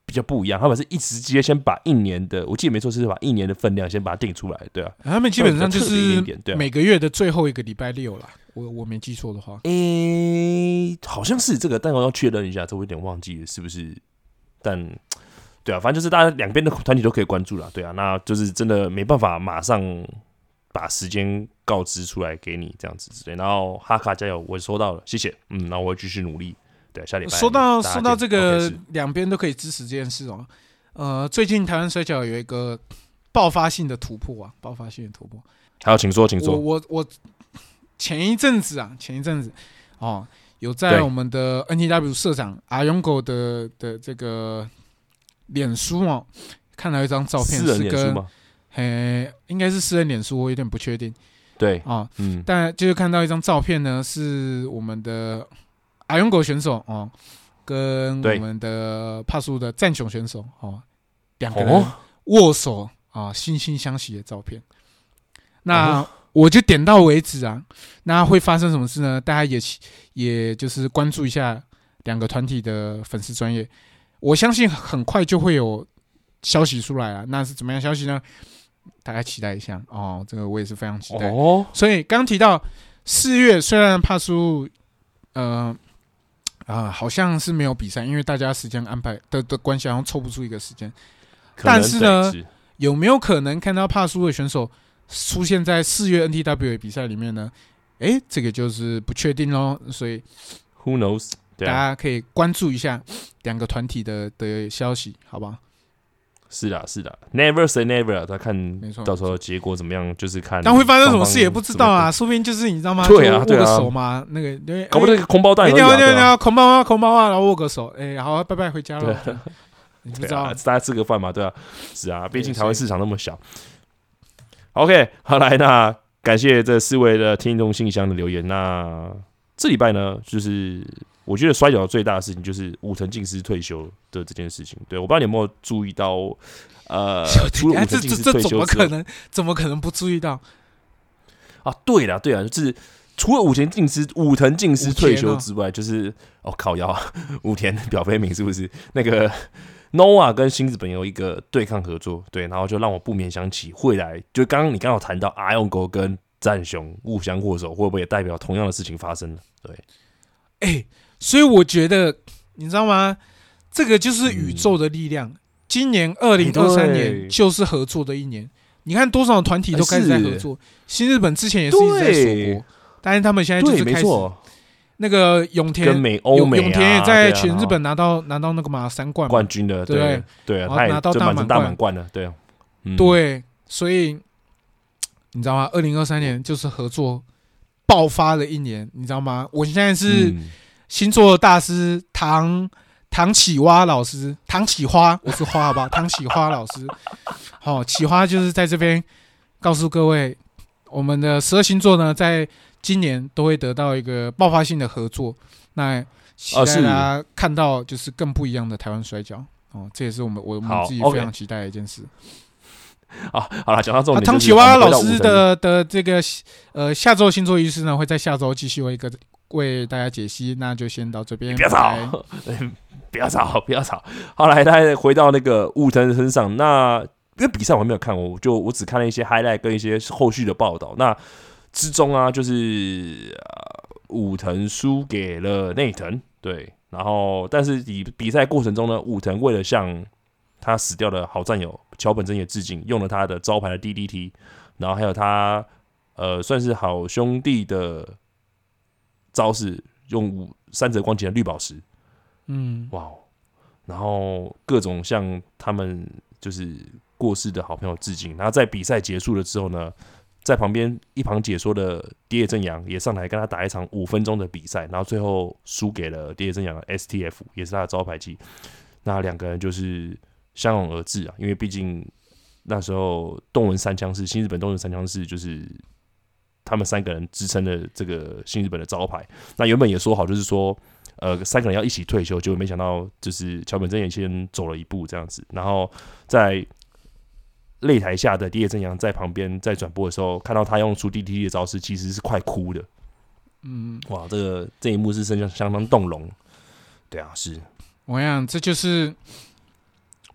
比较不一样，他们是直接先把一年的，我记得没错是把一年的分量先把它定出来，对啊。 他们基本上就是对啊， 每个月的最后一个礼拜六啦，我没记错的话。 好像是这个，但我要确认一下，这我有点忘记了是不是。但对啊，反正就是大家两边的团体都可以关注啦，对啊，那就是真的没办法马上把时间告知出来给你这样子之类。然后哈卡加油，我收到了，谢谢。那我会继续努力。对，下礼拜说到这个 ，okay， 两边都可以支持这件事哦。最近台湾摔角有一个爆发性的突破啊， 好，请说。 我前一阵子哦，有在我们的 NTW 社长阿勇狗的这个脸书哦，看到一张照片， 私人脸书吗？ 应该是私人脸书，我有点不确定。 对啊，但就是看到一张照片呢，是我们的阿勇狗选手哦，跟我们的帕苏的战熊选手哦，两个人握手啊，惺惺相惜的照片。那我就点到为止啊。那会发生什么事呢？大家也就是关注一下两个团体的粉丝专页，我相信很快就会有消息出来了。那是怎么样消息呢？大家期待一下哦，这个我也是非常期待。所以刚提到4月，虽然帕苏好像是没有比赛，因为大家时间安排的关系，好像凑不出一个时间。但是呢，有没有可能看到帕苏的选手出现在4月 NTW 的比赛里面呢？这个就是不确定咯。所以 Who knows？ 大家可以关注一下两个团体的消息，好吧？ 是的 ，Never say never， 他看到时候结果怎么样，就是看。 但会发生什么事也不知道啊，说不定就是你知道吗？ 对啊， 握个手嘛，那个搞不好那个空包弹。 你好，空包啊，然后握个手，好，拜拜，回家了。你不知道， 大家吃个饭嘛，对啊，是啊，毕竟台湾市场那么小。OK， 好来，那感谢这4位的听众信箱的留言。那这礼拜呢，就是我觉得摔跤最大的事情就是武藤敬司退休的这件事情。对，我不知道你有没有注意到，除了武藤敬司退休之后， 怎么可能不注意到啊？对啦，就是除了武藤敬司退休之外，就是靠腰武田表飞鸣是不是那个 Noah 跟新日本有一个对抗合作？对，然后就让我不免想起未来，就你刚好谈到阿勇狗跟战雄互相握手，会不会也代表同样的事情发生了？ 对，所以我觉得你知道吗？这个就是宇宙的力量。今年2023年就是合作的一年。你看多少团体都开始在合作，新日本之前也是一直在锁国，但是他们现在就是开始。那个永田跟欧美永田也在全日本拿到那个3冠冠军的，对，他也拿到大满贯了，对， 对，所以你知道吗？2023年就是合作爆发的一年，你知道吗？我现在是星座大师唐启蛙老师，唐启花，我是花好不好？唐启花老师，启花就是在这边告诉各位，我们的12星座呢，在今年都会得到一个爆发性的合作，那期待大家看到就是更不一样的台湾摔跤这也是我们自己非常期待的一件事。 好了，讲到重点， 汤启蛙老师的这个下周星座运势呢，会在下周继续为大家解析，那就先到这边。 不要吵，不要吵。好，来，大家回到那个武藤身上。那因为比赛我还没有看，我只看了一些 highlight 跟一些后续的报道。那之中啊，就是武藤输给了内藤，对，然后但是比赛过程中呢，武藤为了向他死掉的好战友桥本真也致敬，用了他的招牌的 DDT， 然后还有他算是好兄弟的招式，用三泽光节的绿宝石，哇，然后各种向他们就是过世的好朋友致敬。然后在比赛结束了之后呢，在旁边一旁解说的蝶野正洋也上来跟他打一场5分钟的比赛，然后最后输给了蝶野正洋的 STF， 也是他的招牌技。那两个人就是相拥而至啊，因为毕竟那时候东文三枪士，新日本东文三枪士就是他们3个人支撑了这个新日本的招牌。那原本也说好，就是说3个人要一起退休，结果没想到就是桥本真也先走了一步这样子，然后在擂台下的蝶野正洋在旁边在转播的时候，看到他用出 DDT 的招式，其实是快哭的。哇，这一幕是相当动容。对啊，是。 我想这就是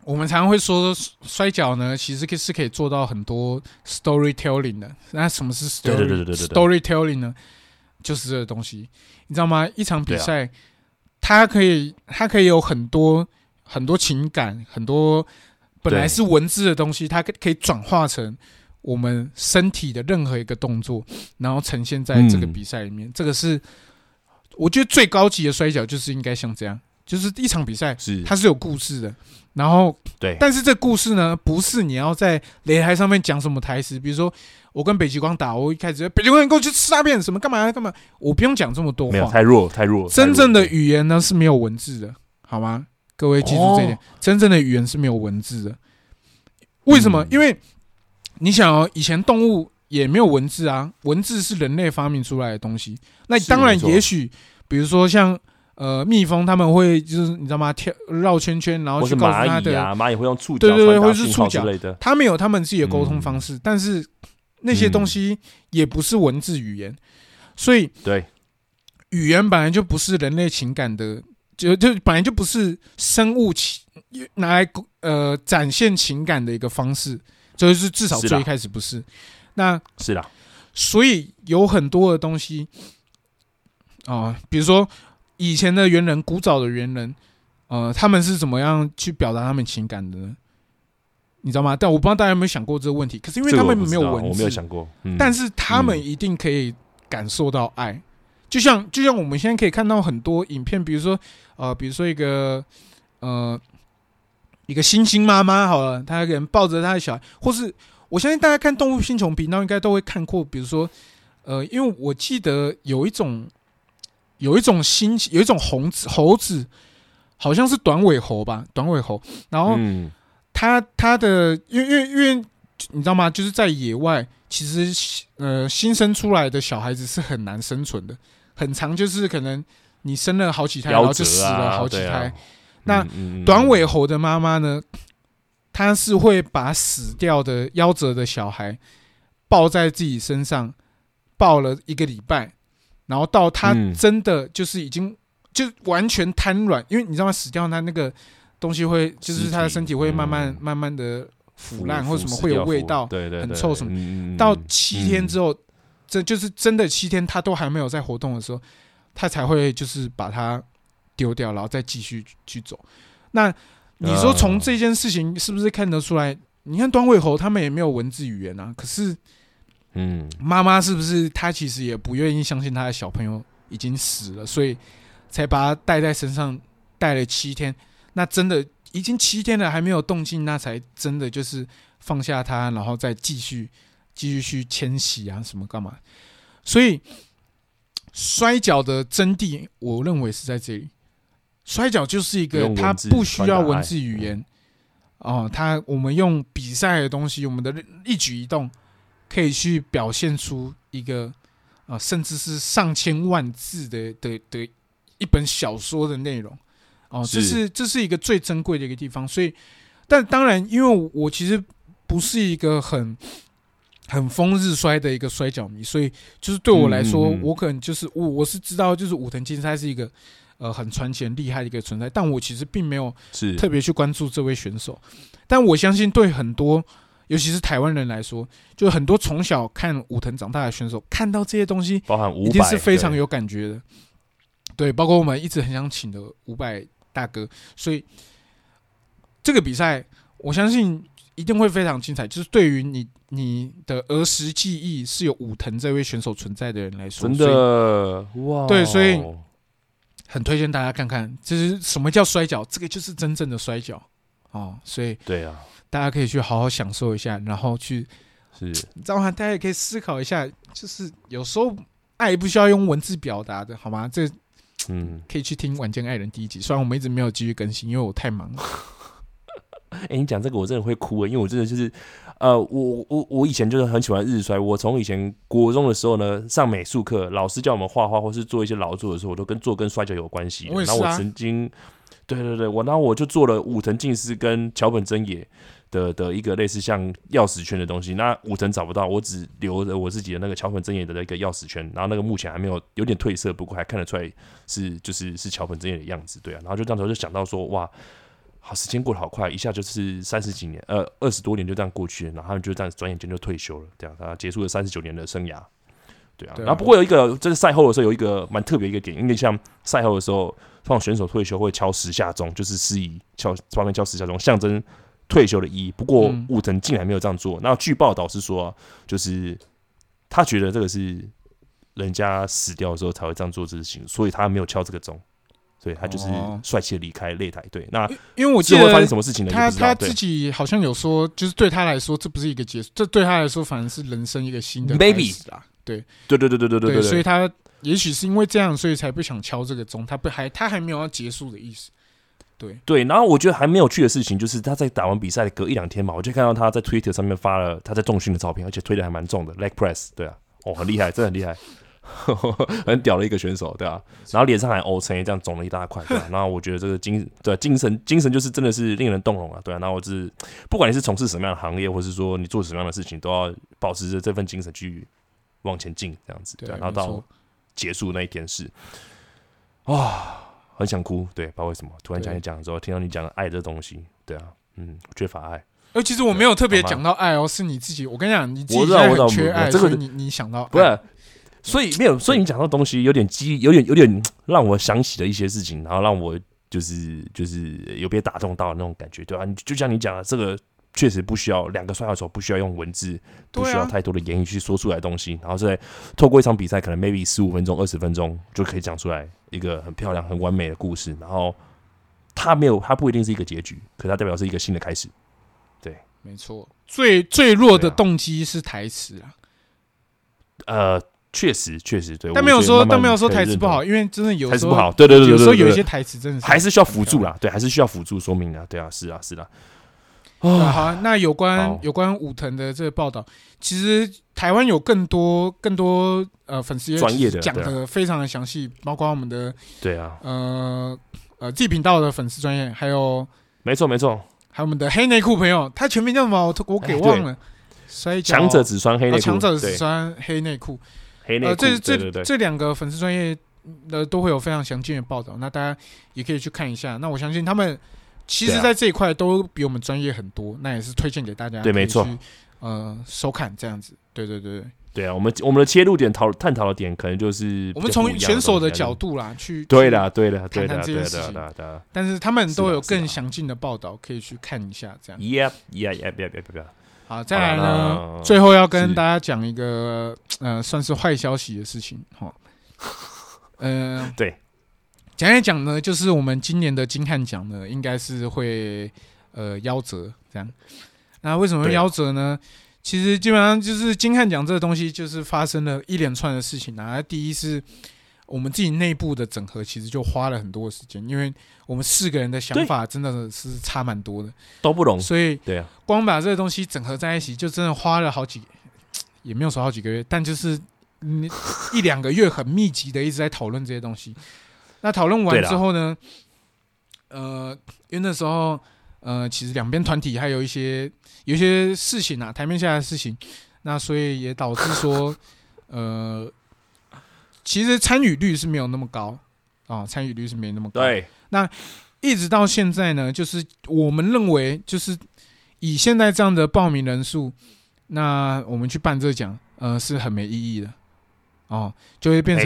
我们常常会说摔跤呢，其实是可以做到很多 storytelling 的。那什么是 storytelling 呢？就是这个东西，你知道吗？一场比赛，它可以有很多情感，很多本来是文字的东西，它可以转化成我们身体的任何一个动作，然后呈现在这个比赛里面。这个是我觉得最高级的摔跤，就是应该像这样，就是一场比赛它是有故事的。然后，对，但是这故事呢，不是你要在擂台上面讲什么台词，比如说我跟北极光打，我一开始北极光你给我去吃大便，什么干嘛，我不用讲这么多话， 没有，太弱。 真正的语言呢是没有文字的，好吗？各位记住这一点，真正的语言是没有文字的。为什么？因为你想以前动物也没有文字啊，文字是人类发明出来的东西。那当然，也许比如说像。蜜蜂他们会就是你知道吗？绕圈圈，然后去告诉他的蚂蚁会用触角传达讯号之类的。 他们有他们自己的沟通方式，但是那些东西也不是文字语言，所以对语言本来就不是人类情感的，就本来就不是生物拿来展现情感的一个方式，就是至少最一开始不是。那是啦， 所以有很多的东西比如说。以前的猿人，古早的猿人，他们是怎么样去表达他们情感的呢？你知道吗？但我不知道大家有没有想过这个问题。可是因为他们没有文字， 我没有想过。 但是他们一定可以感受到爱，就像我们现在可以看到很多影片，比如说一个猩猩妈妈好了，她可能抱着她的小孩，或是我相信大家看动物星球频道应该都会看过，比如说因为我记得有一种猴子，好像是短尾猴吧，然后它的因为你知道吗？就是在野外，其实新生出来的小孩子是很难生存的，很长就是可能你生了好几胎，然后就死了好几胎。那短尾猴的妈妈呢，她是会把死掉的夭折的小孩抱在自己身上，抱了1个礼拜。然后到他真的就是已经就完全瘫软，因为你知道吗？死掉他那个东西会，就是他的身体会慢慢的腐烂，或什么会有味道，很臭什么。到7天之后，这就是真的7天，他都还没有在活动的时候，他才会就是把它丢掉，然后再继续去走。那你说从这件事情是不是看得出来？你看短尾猴他们也没有文字语言啊，可是。妈妈是不是她其实也不愿意相信她的小朋友已经死了，所以才把他带在身上带了7天。那真的已经7天了还没有动静，那才真的就是放下他，然后再继续去迁徙啊什么干嘛。所以摔跤的真谛，我认为是在这里。摔跤就是一个它不需要文字语言我们用比赛的东西，我们的一举一动。可以去表现出一个甚至是上千万字的一本小说的内容这是一个最珍贵的一个地方。所以，但当然，因为我其实不是一个很疯日摔的一个摔跤迷，所以就是对我来说，我可能就是我是知道，就是武藤敬司是一个很传奇、很厉害的一个存在，但我其实并没有特别去关注这位选手。但我相信，对很多。尤其是台湾人来说，就很多从小看武藤长大的选手，看到这些东西， 包含伍佰， 一定是非常有感觉的。对，包括我们一直很想请的伍佰大哥，所以这个比赛，我相信一定会非常精彩。就是对于你的儿时记忆是有武藤这位选手存在的人来说， 真的哇， 对，所以很推荐大家看看，这是什么叫摔跤，这个就是真正的摔跤所以对啊。 大家可以去好好享受一下，然后去你知道吗？大家也可以思考一下，就是有时候爱不需要用文字表达的，好吗？这可以去听《晚间爱人》第1集，虽然我们一直没有继续更新，因为我太忙了。 你讲这个我真的会哭因为我真的就是我以前就是很喜欢日摔，我从以前国中的时候呢，上美术课，老师叫我们画画或是做一些劳作的时候，我都跟摔跤有关系。然后我曾经。对，然后我就做了武藤敬司跟桥本真也的一个类似像钥匙圈的东西。那武藤找不到，我只留着我自己的那个桥本真也的那个钥匙圈。然后那个目前还没有点褪色，不过还看得出来是桥本真也的样子。对啊，然后就当时就想到说，哇， 好，时间过得好快，一下就是30几年，20多年就这样过去了，然后他们就这样转眼间就退休了，这样他结束了39年的生涯。对啊，然后不过有一个，就是赛后的时候有一个蛮特别一个点，因为像赛后的时候，通常选手退休会敲10下钟，就是司仪旁边敲10下钟，象征退休的意义。不过武藤竟然没有这样做。那据报道是说，就是他觉得这个是人家死掉的时候才会这样做这事情，所以他没有敲这个钟，所以他就是帅气的离开擂台。对，那因为我记得会发生什么事情呢？ 他自己好像有说，就是对他来说，这不是一个结束，这对他来说反而是人生一个新的开始啦。对，所以他也许是因为这样，所以才不想敲这个钟，他还没有要结束的意思。对， 然后我觉得还没有趣的事情就是他在打完比赛的隔1-2天嘛，我就看到他在 Twitter 上面发了他在重训的照片，而且推的还蛮重的 leg press， 对啊，很厉害，真的很厉害，很屌的一个选手，对啊，然后脸上还 O 成这样肿了一大块，对啊，然后我觉得这个精神就是真的是令人动容啊，对啊，然后就是不管你是从事什么样的行业，或是说你做什么样的事情，都要保持着这份精神去往前进，这样子，对啊，然后到结束那一天是很想哭，对，不知道为什么，突然讲的时候，听到你讲爱这东西，对啊，缺乏爱。 其实我没有特别讲到爱哦，是你自己。我跟你讲，你自己现在很缺爱，所以你想到爱不是，所以没有，所以你讲到东西有点让我想起了一些事情，然后让我就是有被打动到的那种感觉，对吧？就像你讲的，这个确实不需要2个摔跤手，不需要用文字，不需要太多的言语去说出来的东西，然后再透过一场比赛，可能 maybe 15分钟、20分钟就可以讲出来一个很漂亮、很完美的故事，然后它不一定是一个结局，可它代表是一个新的开始。对， 没错，最弱的动机是台词啊。确实对， 但没有说台词不好，因为真的有时候台词不好，对， 有时候有一些台词真的是还是需要辅助啦，对，还是需要辅助说明啦，对啊，是啦。 好，那有关武藤的这个报道，其实台湾有更多粉丝专业的讲的非常的详细，包括我们的对啊自己频道的粉丝专业，还有没错， 还有我们的黑内裤朋友，他全名叫什么？我给忘了。 强者只穿黑内裤， 强者只穿黑内裤。 黑内裤， 这2个粉丝专业都会有非常详尽的报道，那大家也可以去看一下。那我相信他们其实在这一块都比我们专业很多，那也是推荐给大家， 对，没错， 收看这样子，对啊，我们的切入点探讨的点可能就是我们从选手的角度啦去对的， 谈谈这件事情，但是他们都有更详尽的报道可以去看一下，这样。 Yep。 好，再来呢，最后要跟大家讲一个算是坏消息的事情哈。 对， 讲一讲呢，就是我们今年的金汉奖呢，应该是会夭折这样。那为什么会夭折呢？其实基本上就是金汉奖这个东西，就是发生了一连串的事情啊。第一是我们自己内部的整合，其实就花了很多的时间，因为我们4个人的想法真的是差蛮多的， 都不容易， 所以对啊， 光把这个东西整合在一起，就真的花了也没有说好几个月，但就是1-2个月很密集的一直在讨论这些东西。那讨论完之后呢，因为那时候其实两边团体还有一些事情啊，台面下的事情，那所以也导致说其实参与率是没有那么高啊，参与率是没那么高。 对， 那一直到现在呢，就是我们认为，就是以现在这样的报名人数，那我们去办这个奖，是很没意义的哦，就会变成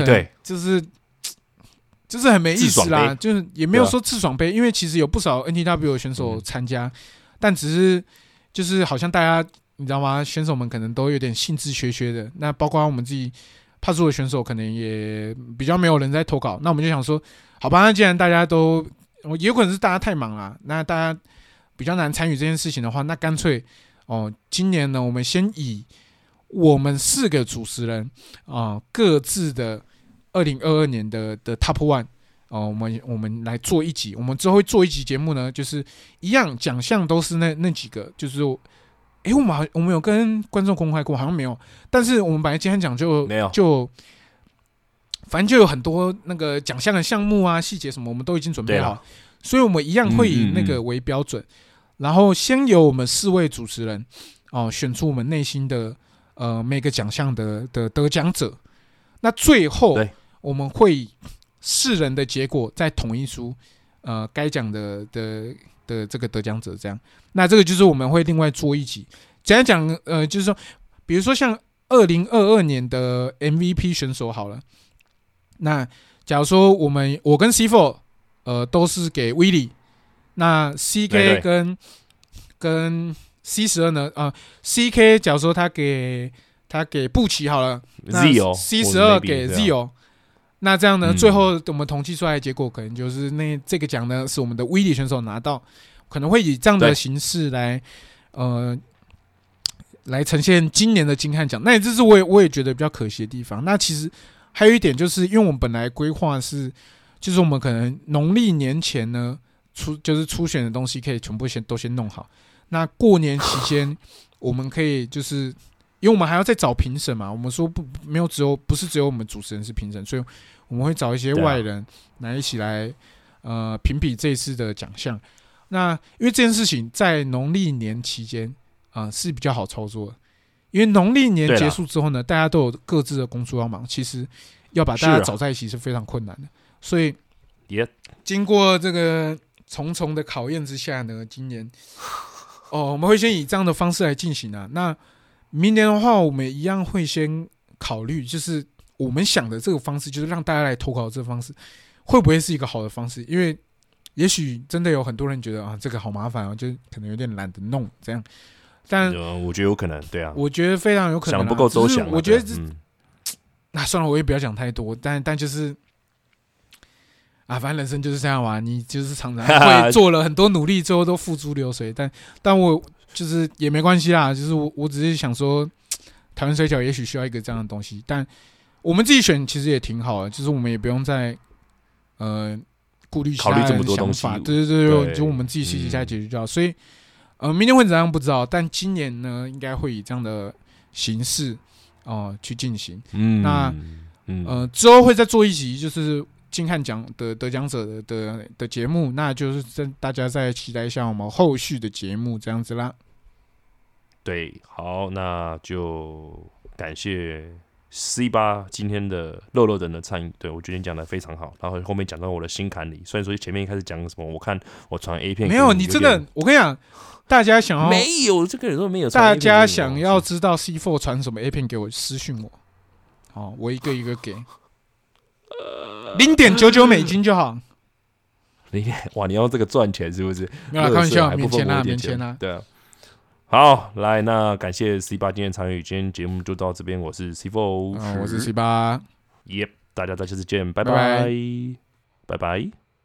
就是很没意思啦，就是也没有说自爽杯，因为其实有不少 NTW 的选手参加，但只是就是好像大家你知道吗？选手们可能都有点兴致缺缺的，那包括我们自己帕数的选手，可能也比较没有人在投稿，那我们就想说，好吧，那既然大家都也有可能是大家太忙了，那大家比较难参与这件事情的话，那干脆今年呢，我们先以我们4个主持人各自的2022年的 Top One 我们来做一集，我们之后会做一集节目呢，就是一样奖项都是那几个，就是我们有跟观众公开过，好像没有，但是我们本来今天讲就反正就有很多那个奖项的项目啊、细节什么，我们都已经准备好，所以我们一样会以那个为标准，然后先由我们4位主持人选出我们内心的每个奖项的得奖者，那最后我们会以4人的结果再统一出该奖的的这个得奖者这样。那这个就是我们会另外做一集，简单讲，就是说，比如说像2022年的 MVP 选手好了，那假如说我跟 C4 都是给 Willie， 那 CK 跟 C12 呢CK 假如说他给布奇好了，那 C12 给 Zio， 那这样呢，最后我们统计出来的结果可能就是这个奖呢是我们的 Willie 选手拿到，可能会以这样的形式来呈现今年的金汉奖。那这是我也觉得比较可惜的地方。那其实还有一点就是，因为我们本来规划是，就是我们可能农历年前呢就是初选的东西可以全部都先弄好。那过年期间我们可以就是，因为我们还要再找评审嘛，我们说不是只有我们主持人是评审，所以我们会找一些外人来一起来评比这一次的奖项。那因为这件事情在农历年期间是比较好操作的，因为农历年结束之后呢，大家都有各自的工作要忙，其实要把大家找在一起是非常困难的。所以经过这个重重的考验之下呢，今年我们会先以这样的方式来进行啊。那明年的话，我们一样会先考虑，就是我们想的这个方式，就是让大家来投稿的这个方式，会不会是一个好的方式？因为也许真的有很多人觉得这个好麻烦就可能有点懒得弄这样。但我觉得有可能，对啊， 我觉得非常有可能， 想不够周详。 我觉得算了，我也不要讲太多。但就是反正人生就是这样嘛，你就是常常会做了很多努力，最后都付诸流水。但我就是也没关系啦，就是我只是想说，台湾水饺也许需要一个这样的东西，但我们自己选其实也挺好的，就是我们也不用再顾虑其他人的想法。对，就我们自己私底下解决就好。所以明年会怎样不知道，但今年呢，应该会以这样的形式去进行。那之后会再做一集，就是金汉奖的得奖者的节目，那就是大家再期待一下我们后续的节目这样子啦。 对，好，那就感谢 C8 今天的肉人的参与。对，我觉得你讲的非常好，然后后面讲到我的心坎里。虽然说前面一开始讲什么，我看我传 A 片， 没有，你真的，我跟你讲，大家想要没有这个人说没有， 大家想要知道 C4 传什么 A 片给我，私讯我，我一个一个给，0.99美金就好。 哇，你要这个赚钱是不是？ 没有啦，开玩笑，免钱啦， 对啊。好，来，那感谢 C8 今天参与，今天节目就到这边。我是 C4， 我是 C8， 大家再下次见，拜拜，拜拜。